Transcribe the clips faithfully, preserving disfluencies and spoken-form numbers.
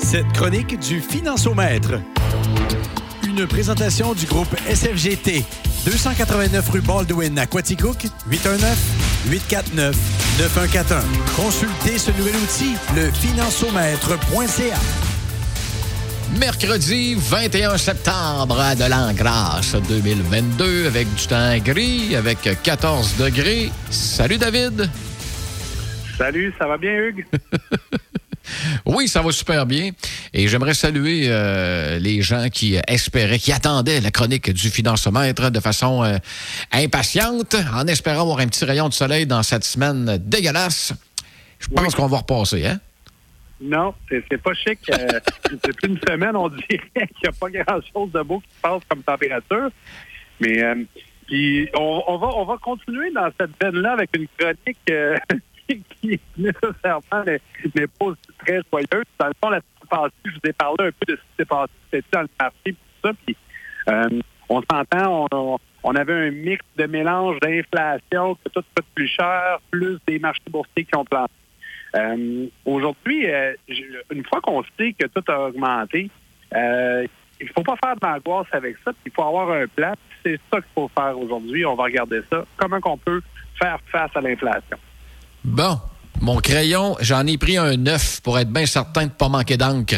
Cette chronique du Financiomètre. Une présentation du groupe S F G T. deux cent quatre-vingt-neuf rue Baldwin à Quaticook, huit un neuf, huit quatre neuf, neuf un quatre un. Consultez ce nouvel outil, le financiomètre point c a. Mercredi vingt et un septembre de l'an grâce deux mille vingt-deux, avec du temps gris, avec quatorze degrés. Salut David! Salut, ça va bien Hugues? Oui, ça va super bien. Et j'aimerais saluer euh, les gens qui espéraient, qui attendaient la chronique du Financiomètre de façon euh, impatiente, en espérant avoir un petit rayon de soleil dans cette semaine dégueulasse. Je pense oui. qu'on va repasser, hein? Non, c'est, c'est pas chic. Euh, depuis une semaine, on dirait qu'il n'y a pas grand-chose de beau qui se passe comme température. Mais euh, puis on, on, va, on va continuer dans cette veine-là avec une chronique euh, qui, qui nécessairement n'est, n'est pas aussi très joyeuse. Dans le fond, la semaine passée, je vous ai parlé un peu de ce qui s'est passé c'était dans le marché et tout ça. Puis euh, on s'entend, on, on avait un mix de mélange d'inflation, que tout coûte plus cher, plus des marchés boursiers qui ont planté. Euh, aujourd'hui, euh, une fois qu'on sait que tout a augmenté, euh, il ne faut pas faire de l'angoisse avec ça. Il faut avoir un plan. C'est ça qu'il faut faire aujourd'hui. On va regarder ça. Comment on peut faire face à l'inflation? Bon, mon crayon, j'en ai pris un neuf pour être bien certain de ne pas manquer d'encre.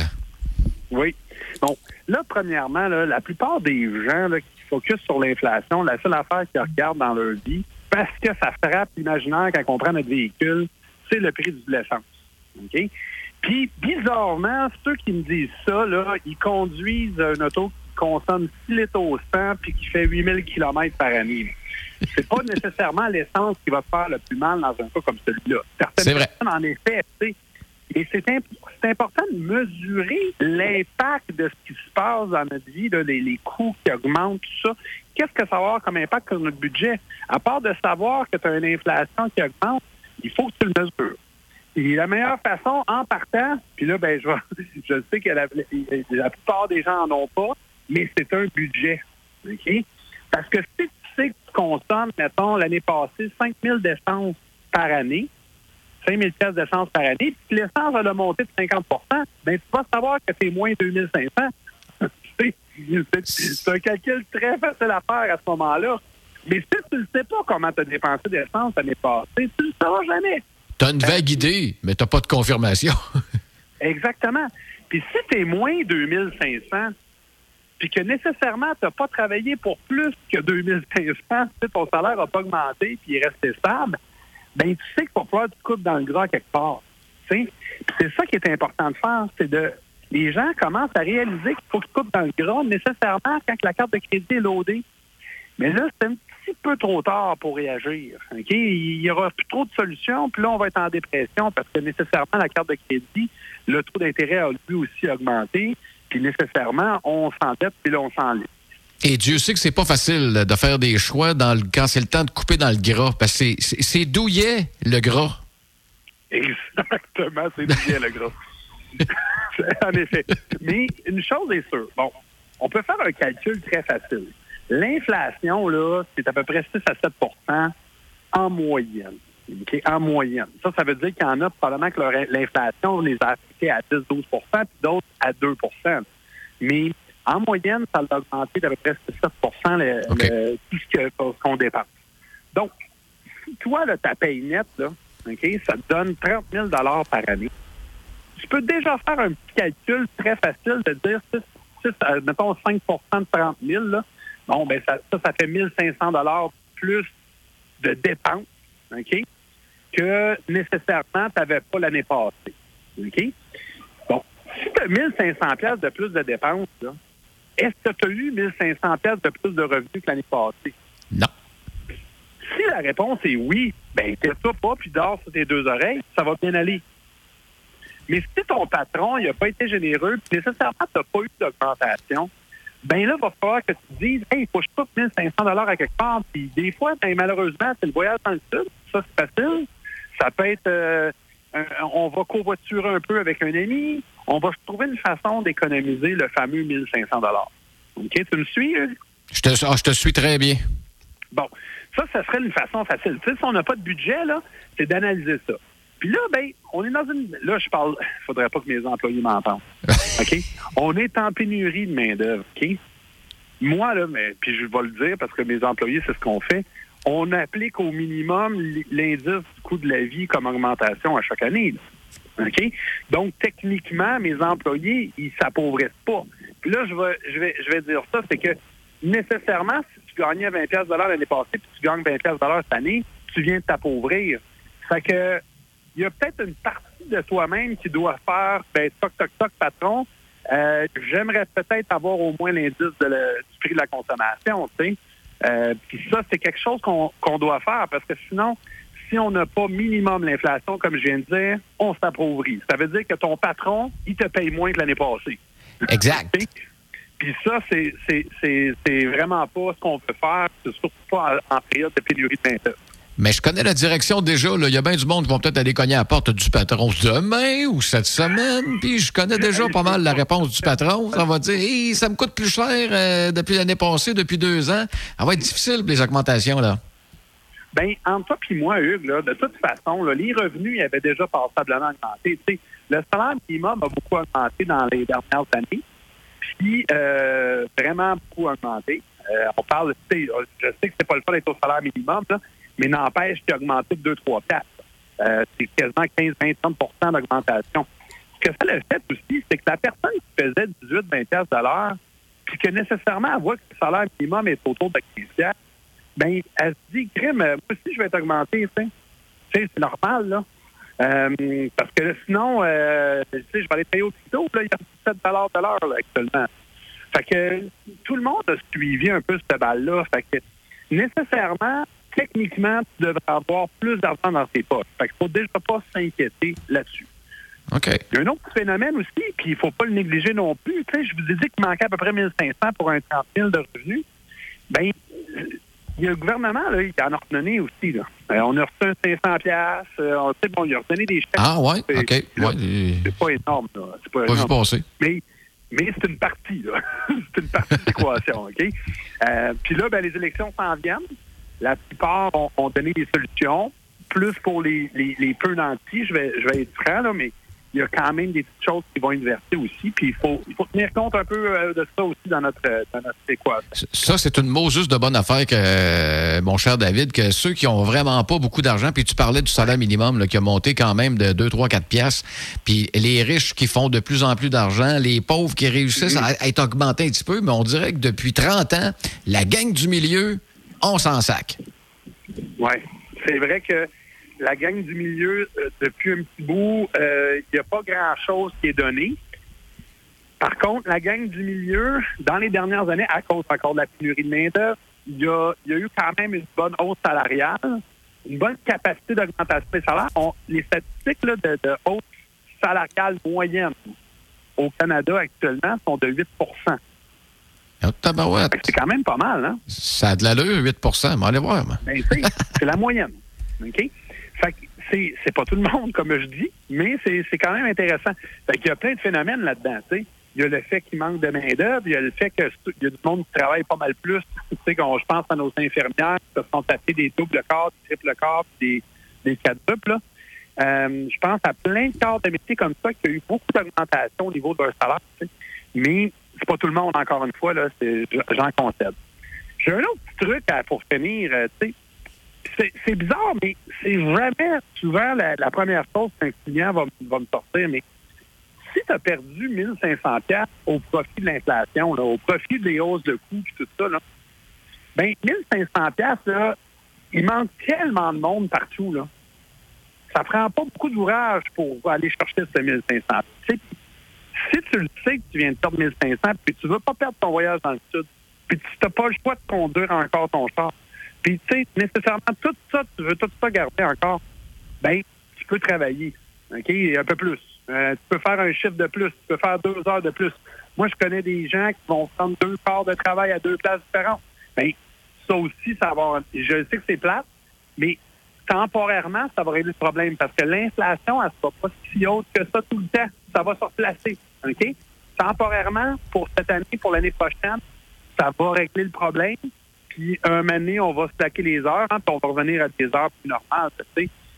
Oui. Donc, là, premièrement, là, la plupart des gens là, qui focus sur l'inflation, la seule affaire qu'ils regardent dans leur vie, parce que ça frappe l'imaginaire quand on prend notre véhicule, c'est le prix de l'essence. OK? Puis, bizarrement, ceux qui me disent ça, là, ils conduisent un auto qui consomme six litres au cent puis qui fait huit mille kilomètres par année. C'est pas nécessairement l'essence qui va te faire le plus mal dans un cas comme celui-là. Certaines c'est vrai. personnes, en effet, tu sais, et c'est, imp- c'est important de mesurer l'impact de ce qui se passe dans notre vie, là, les, les coûts qui augmentent, tout ça. Qu'est-ce que ça va avoir comme impact sur notre budget? À part de savoir que tu as une inflation qui augmente, il faut que tu le mesures. Et la meilleure façon, en partant, puis là, ben, je, vais, je sais que la, la plupart des gens n'en ont pas, mais c'est un budget. OK? Parce que si tu sais que tu consommes, mettons, l'année passée, cinq mille d'essence par année, cinq mille pièces d'essence par année, puis que l'essence va monter de cinquante pour cent, bien, tu vas savoir que c'est moins deux mille cinq cents. c'est, c'est, c'est un calcul très facile à faire à ce moment-là. Mais si tu ne sais pas comment tu as dépensé d'essence l'année passée, tu ne le sauras jamais. Tu as une vague euh, idée, mais tu n'as pas de confirmation. Exactement. Puis si tu es moins deux mille cinq cents, puis que nécessairement tu n'as pas travaillé pour plus que deux mille cinq cents, tu sais, ton salaire n'a pas augmenté puis il est resté stable, bien tu sais qu'il va falloir que tu coupes dans le gras quelque part. Tu sais? Puis c'est ça qui est important de faire, c'est de... Les gens commencent à réaliser qu'il faut qu'ils coupent dans le gras nécessairement quand la carte de crédit est loadée. Mais là, c'est un petit peu trop tard pour réagir. OK? Il y aura plus trop de solutions, puis là, on va être en dépression parce que nécessairement, la carte de crédit, le taux d'intérêt a lui aussi augmenté, puis nécessairement, on s'endette, puis là, on s'enlève. Et Dieu sait que c'est pas facile de faire des choix dans le, quand c'est le temps de couper dans le gras, parce que c'est, c'est, c'est douillet, le gras. Exactement, c'est douillet, le gras. En effet. Mais une chose est sûre. Bon, on peut faire un calcul très facile. L'inflation, là, c'est à peu près six à sept pour cent en moyenne. Okay? En moyenne. Ça, ça veut dire qu'il y en a probablement que leur, l'inflation les a affectés à dix à douze pour cent puis d'autres à deux pour cent. Mais en moyenne, ça a augmenté d'à peu près six à sept pour cent le, okay. le, tout ce que, qu'on dépense. Donc, si toi, là, ta paye nette, là, okay, ça te donne trente mille dollars par année, tu peux déjà faire un petit calcul très facile de dire, six, six, mettons cinq pour cent de trente mille, là, bon, ben ça, ça, ça fait mille cinq cents dollars plus de dépenses, OK, que nécessairement tu n'avais pas l'année passée. OK? Bon, si tu as mille cinq cents dollars de plus de dépenses, là, est-ce que tu as eu mille cinq cents dollars de plus de revenus que l'année passée? Non. Si la réponse est oui, ben tais-toi pas puis dors sur tes deux oreilles, ça va bien aller. Mais si ton patron il n'a pas été généreux, puis nécessairement tu n'as pas eu d'augmentation, ben là, il va falloir que tu te dises, hey, il faut que je coupe mille cinq cents dollars à quelque part. Puis des fois, ben, malheureusement, c'est le voyage dans le sud. Ça, c'est facile. Ça peut être, euh, un, on va covoiturer un peu avec un ami. On va trouver une façon d'économiser le fameux mille cinq cents dollars. OK, tu me suis? Hugues? Je te, oh, je te suis très bien. Bon, ça, ça serait une façon facile. Tu sais, si on n'a pas de budget, là, c'est d'analyser ça. Puis là, ben, on est dans une... Là, je parle... Il faudrait pas que mes employés m'entendent. OK? On est en pénurie de main-d'œuvre, OK? Moi, là, mais puis je vais le dire parce que mes employés, c'est ce qu'on fait, on applique au minimum l'indice du coût de la vie comme augmentation à chaque année. Là. OK? Donc, techniquement, mes employés, ils s'appauvrissent pas. Puis là, je vais, je vais, je vais dire ça, c'est que nécessairement, si tu gagnais vingt piastres de l'heure l'année passée puis tu gagnes vingt piastres de l'heure cette année, tu viens de t'appauvrir. Fait que il y a peut-être une partie de toi-même qui doit faire, ben, toc, toc, toc, patron, euh, j'aimerais peut-être avoir au moins l'indice de le, du prix de la consommation, tu sais. Euh, puis ça, c'est quelque chose qu'on, qu'on doit faire parce que sinon, si on n'a pas minimum l'inflation, comme je viens de dire, on s'appauvrit. Ça veut dire que ton patron, il te paye moins que l'année passée. Exact. Puis ça, c'est, c'est, c'est, c'est vraiment pas ce qu'on veut faire, c'est surtout pas en, en période de pénurie de main-d'œuvre. Mais je connais la direction déjà. Il y a bien du monde qui vont peut-être aller cogner à la porte du patron demain ou cette semaine. Puis je connais déjà pas mal la réponse du patron. Ça va dire hey, ça me coûte plus cher euh, depuis l'année passée, depuis deux ans. Ça va être difficile, les augmentations, là. Bien, entre toi et moi, Hugues, là, de toute façon, là, les revenus ils avaient déjà passablement augmenté. Tu sais, le salaire minimum a beaucoup augmenté dans les dernières années. Puis, euh, vraiment beaucoup augmenté. Euh, on parle, tu sais, je sais que c'est pas le cas d'être au salaire minimum, là, mais n'empêche qu'il a augmenté de deux trois quatre. Euh, c'est quasiment quinze à vingt trente pour cent d'augmentation. Ce que ça le fait aussi, c'est que la personne qui faisait dix-huit à vingt piastres de l'heure, puis que nécessairement elle voit que le salaire minimum est autour de quinze piastres, bien, elle se dit, crime, moi aussi, je vais être augmenté, tu sais. Tu sais, c'est normal, là. Euh, parce que là, sinon, euh, tu sais, je vais aller payer au tuto, là, il y a dix-sept dollars de l'heure, là, actuellement. Fait que tout le monde a suivi un peu cette balle-là. Fait que nécessairement, techniquement, tu devrais avoir plus d'argent dans tes poches. Fait qu'il faut déjà pas s'inquiéter là-dessus. OK. Il y a un autre phénomène aussi, puis il faut pas le négliger non plus. Tu sais, je vous ai dit qu'il manquait à peu près mille cinq cents pour un trente mille de revenus. Bien, il y a le gouvernement, là, il en a redonné aussi, là. Euh, on a reçu un cinq cents piastres. Euh, on sait, bon, il a redonné des chèques. Ah, ouais? C'est, OK. là, Ouais. C'est pas énorme, là. C'est pas, pas énorme. Vu passer. Mais, mais c'est une partie, là. C'est une partie de l'équation, OK? Euh, puis là, ben, les élections s'en viennent. La plupart ont, ont donné des solutions. Plus pour les, les, les peu nantis, je vais, je vais être franc, là, mais il y a quand même des petites choses qui vont être versées aussi. Puis il faut, il faut tenir compte un peu euh, de ça aussi dans notre, dans notre équation. Ça, c'est une mot juste de bonne affaire, que euh, mon cher David, que ceux qui ont vraiment pas beaucoup d'argent, puis tu parlais du salaire minimum là, qui a monté quand même de deux, trois, quatre piastres, puis les riches qui font de plus en plus d'argent, les pauvres qui réussissent mm-hmm. à être augmentés un petit peu, mais on dirait que depuis trente ans, la gang du milieu, on s'en sac. Oui, c'est vrai que la gang du milieu, euh, depuis un petit bout, il euh, n'y a pas grand-chose qui est donné. Par contre, la gang du milieu, dans les dernières années, à cause encore de la pénurie de main-d'œuvre, il y a, y a eu quand même une bonne hausse salariale, une bonne capacité d'augmentation des salaires. On, les statistiques là, de, de hausse salariale moyenne au Canada actuellement sont de huit pour cent. C'est quand même pas mal, hein? Ça a de l'allure, huit pour cent. Mais allez voir. Ben, c'est la moyenne. OK? Fait que c'est, c'est pas tout le monde, comme je dis, mais c'est, c'est quand même intéressant. Fait qu'il y a plein de phénomènes là-dedans, tu sais. Il y a le fait qu'il manque de main-d'œuvre, il y a le fait qu'il y a du monde qui travaille pas mal plus. Tu sais, quand je pense à nos infirmières qui se sont tapées des doubles corps, des triples corps, des, des quadruples, là. Euh, je pense à plein de corps de métiers comme ça qui ont eu beaucoup d'augmentation au niveau de leur salaire, tu sais. Mais c'est pas tout le monde, encore une fois, là, c'est, j'en concède. J'ai un autre petit truc à, pour finir, euh, tu sais. C'est, c'est bizarre, mais c'est vraiment souvent la, la première chose qu'un client va, va me sortir. Mais si tu as perdu mille cinq cents dollars au profit de l'inflation, là, au profit des hausses de coûts et tout ça, là, bien, mille cinq cents dollars, là, il manque tellement de monde partout. Là. Ça prend pas beaucoup d'ouvrage pour aller chercher ce mille cinq cents dollars. Tu sais, si tu le sais que tu viens de perdre mille cinq cents dollars puis tu veux pas perdre ton voyage dans le sud, puis tu n'as pas le choix de conduire encore ton char, puis, tu sais, nécessairement, tout ça, tu veux tout ça garder encore, bien, tu peux travailler, OK, un peu plus. Euh, tu peux faire un chiffre de plus, tu peux faire deux heures de plus. Moi, je connais des gens qui vont prendre deux quarts de travail à deux places différentes. Bien, ça aussi, ça va... Je sais que c'est plate, mais temporairement, ça va régler le problème parce que l'inflation, elle ne sera pas si haute que ça tout le temps. Ça va se replacer, OK? Temporairement, pour cette année, pour l'année prochaine, ça va régler le problème. Puis, un moment donné, on va se plaquer les heures, hein, puis on va revenir à des heures plus normales, tu sais.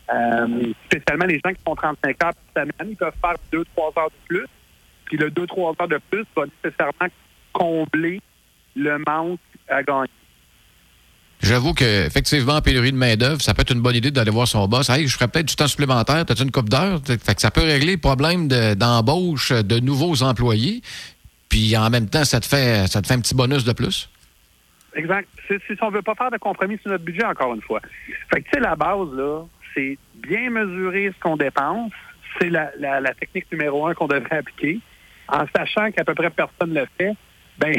Euh, spécialement les gens qui font trente-cinq heures par semaine, ils peuvent faire deux trois heures de plus. Puis le deux trois heures de plus va nécessairement combler le manque à gagner. J'avoue qu'effectivement, en pénurie de main-d'œuvre, ça peut être une bonne idée d'aller voir son boss. Hey, je ferais peut-être du temps supplémentaire, t'as-tu une couple d'heures? Fait que ça peut régler le problème de, d'embauche de nouveaux employés. Puis en même temps, ça te fait ça te fait un petit bonus de plus. Exact. C'est, c'est si on veut pas faire de compromis sur notre budget, encore une fois. Fait que tu sais, la base, là, c'est bien mesurer ce qu'on dépense. C'est la, la, la technique numéro un qu'on devrait appliquer. En sachant qu'à peu près personne ne le fait, ben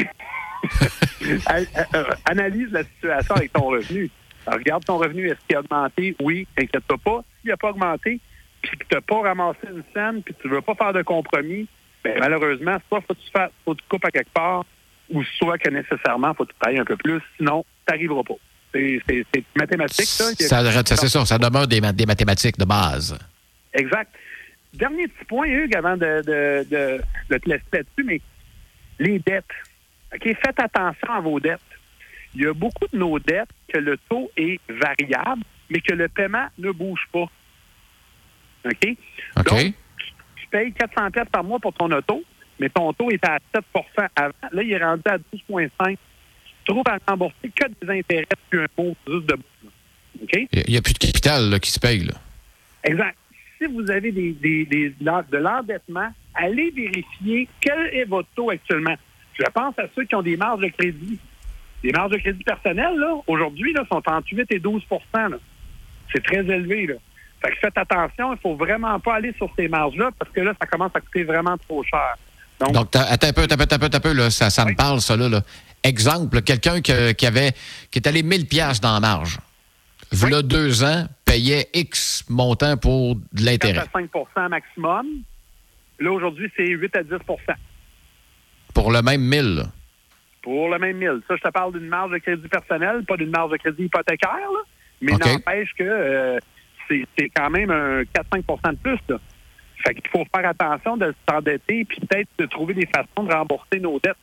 analyse la situation avec ton revenu. Alors, regarde ton revenu, est-ce qu'il a augmenté? Oui, inquiète-toi pas. S'il n'a pas augmenté, puis que tu n'as pas ramassé une scène, puis que tu ne veux pas faire de compromis, ben malheureusement, soit faut que tu fasses, faut que tu coupes à quelque part, ou soit que nécessairement, faut que tu travailles un peu plus, sinon, tu n'arriveras pas. C'est, c'est, c'est mathématique, ça. ça. C'est ça, ça demeure des, des mathématiques de base. Exact. Dernier petit point, Hugues, avant de, de, de, de te laisser là-dessus, mais les dettes. OK, faites attention à vos dettes. Il y a beaucoup de nos dettes que le taux est variable, mais que le paiement ne bouge pas. OK? OK. Donc, tu payes quatre cents dollars par mois pour ton auto, mais ton taux était à sept pour cent avant. Là, il est rendu à douze virgule cinq. Tu trouves à rembourser que des intérêts puis un mot juste de bout. OK? Il n'y a plus de capital là, qui se paye, là. Exact. Si vous avez des, des, des, de l'endettement, allez vérifier quel est votre taux actuellement. Je pense à ceux qui ont des marges de crédit. Les marges de crédit personnelles, là, aujourd'hui, là, sont entre huit et douze pour cent. Là. C'est très élevé. Là. Fait que faites attention, il ne faut vraiment pas aller sur ces marges-là parce que là, ça commence à coûter vraiment trop cher. Donc, Donc attends un peu, attends un peu, attends un peu, attends un peu là, ça, ça oui. me parle, ça, là. là. Exemple, quelqu'un que, qui avait qui est allé mille dollars dans la marge. V'là oui. deux ans, payait X montant pour de l'intérêt. quatre à cinq pour cent maximum. Là, aujourd'hui, c'est huit à dix pour cent. Pour le même mille, là. Pour le même mille. Ça, je te parle d'une marge de crédit personnel, pas d'une marge de crédit hypothécaire, là. Mais okay. n'empêche que euh, c'est, c'est quand même un quatre à cinq pour cent de plus, là. Fait qu'il faut faire attention de s'endetter puis peut-être de trouver des façons de rembourser nos dettes.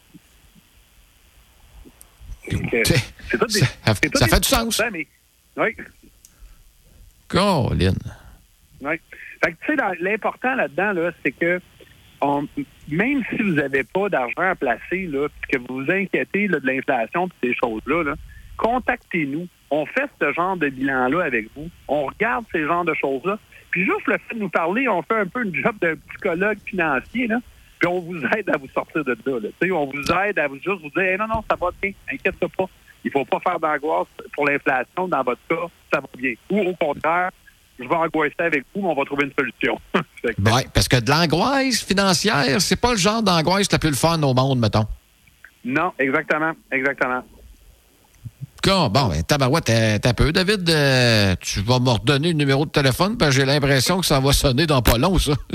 C'est, c'est tout des, ça, c'est tout ça fait du sens. Temps, mais, oui. Colin. Oui. Fait que, tu sais, dans, l'important là-dedans, là, c'est que on, même si vous n'avez pas d'argent à placer, là, puis que vous vous inquiétez là, de l'inflation et ces choses-là, là, contactez-nous. On fait ce genre de bilan-là avec vous. On regarde ces genres de choses-là. Puis juste le fait de nous parler, on fait un peu une job de psychologue financier, là, puis on vous aide à vous sortir de là. là. On vous aide à vous juste vous dire hey, « non, non, ça va bien, inquiète-toi pas. Il ne faut pas faire d'angoisse pour l'inflation. Dans votre cas, ça va bien. » Ou au contraire, je vais angoisser avec vous, mais on va trouver une solution. Oui, parce que de l'angoisse financière, c'est pas le genre d'angoisse la plus le fun au monde, mettons. Non, exactement, exactement. Bon, ben, tabarouette, t'as un peu. David, euh, tu vas me redonner le numéro de téléphone, parce que j'ai l'impression que ça va sonner dans pas long, ça.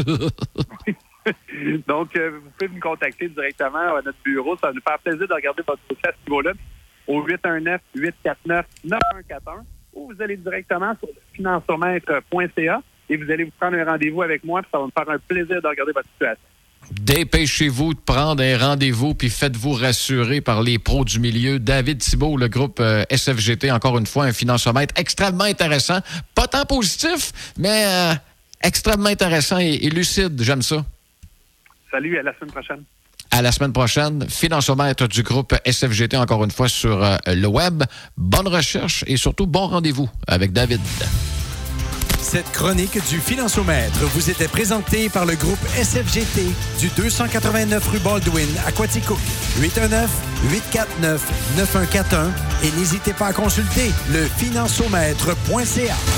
Donc, euh, vous pouvez me contacter directement à notre bureau. Ça va nous faire plaisir de regarder votre dossier à ce niveau-là au huit un neuf, huit quatre neuf, neuf un quatre un ou vous allez directement sur financemètre point c a et vous allez vous prendre un rendez-vous avec moi puis ça va me faire un plaisir de regarder votre situation. Dépêchez-vous de prendre un rendez-vous puis faites-vous rassurer par les pros du milieu. David Thibault, le groupe euh, S F G T, encore une fois, un financemètre extrêmement intéressant. Pas tant positif, mais euh, extrêmement intéressant et, et lucide. J'aime ça. Salut, à la semaine prochaine. À la semaine prochaine. Financemètre du groupe S F G T, encore une fois, sur euh, le web. Bonne recherche et surtout bon rendez-vous avec David. Cette chronique du Financiomètre vous était présentée par le groupe S F G T du deux cent quatre-vingt-neuf rue Baldwin à Quaticook. huit un neuf, huit quatre neuf, neuf un quatre un et n'hésitez pas à consulter le financiomètre point c a.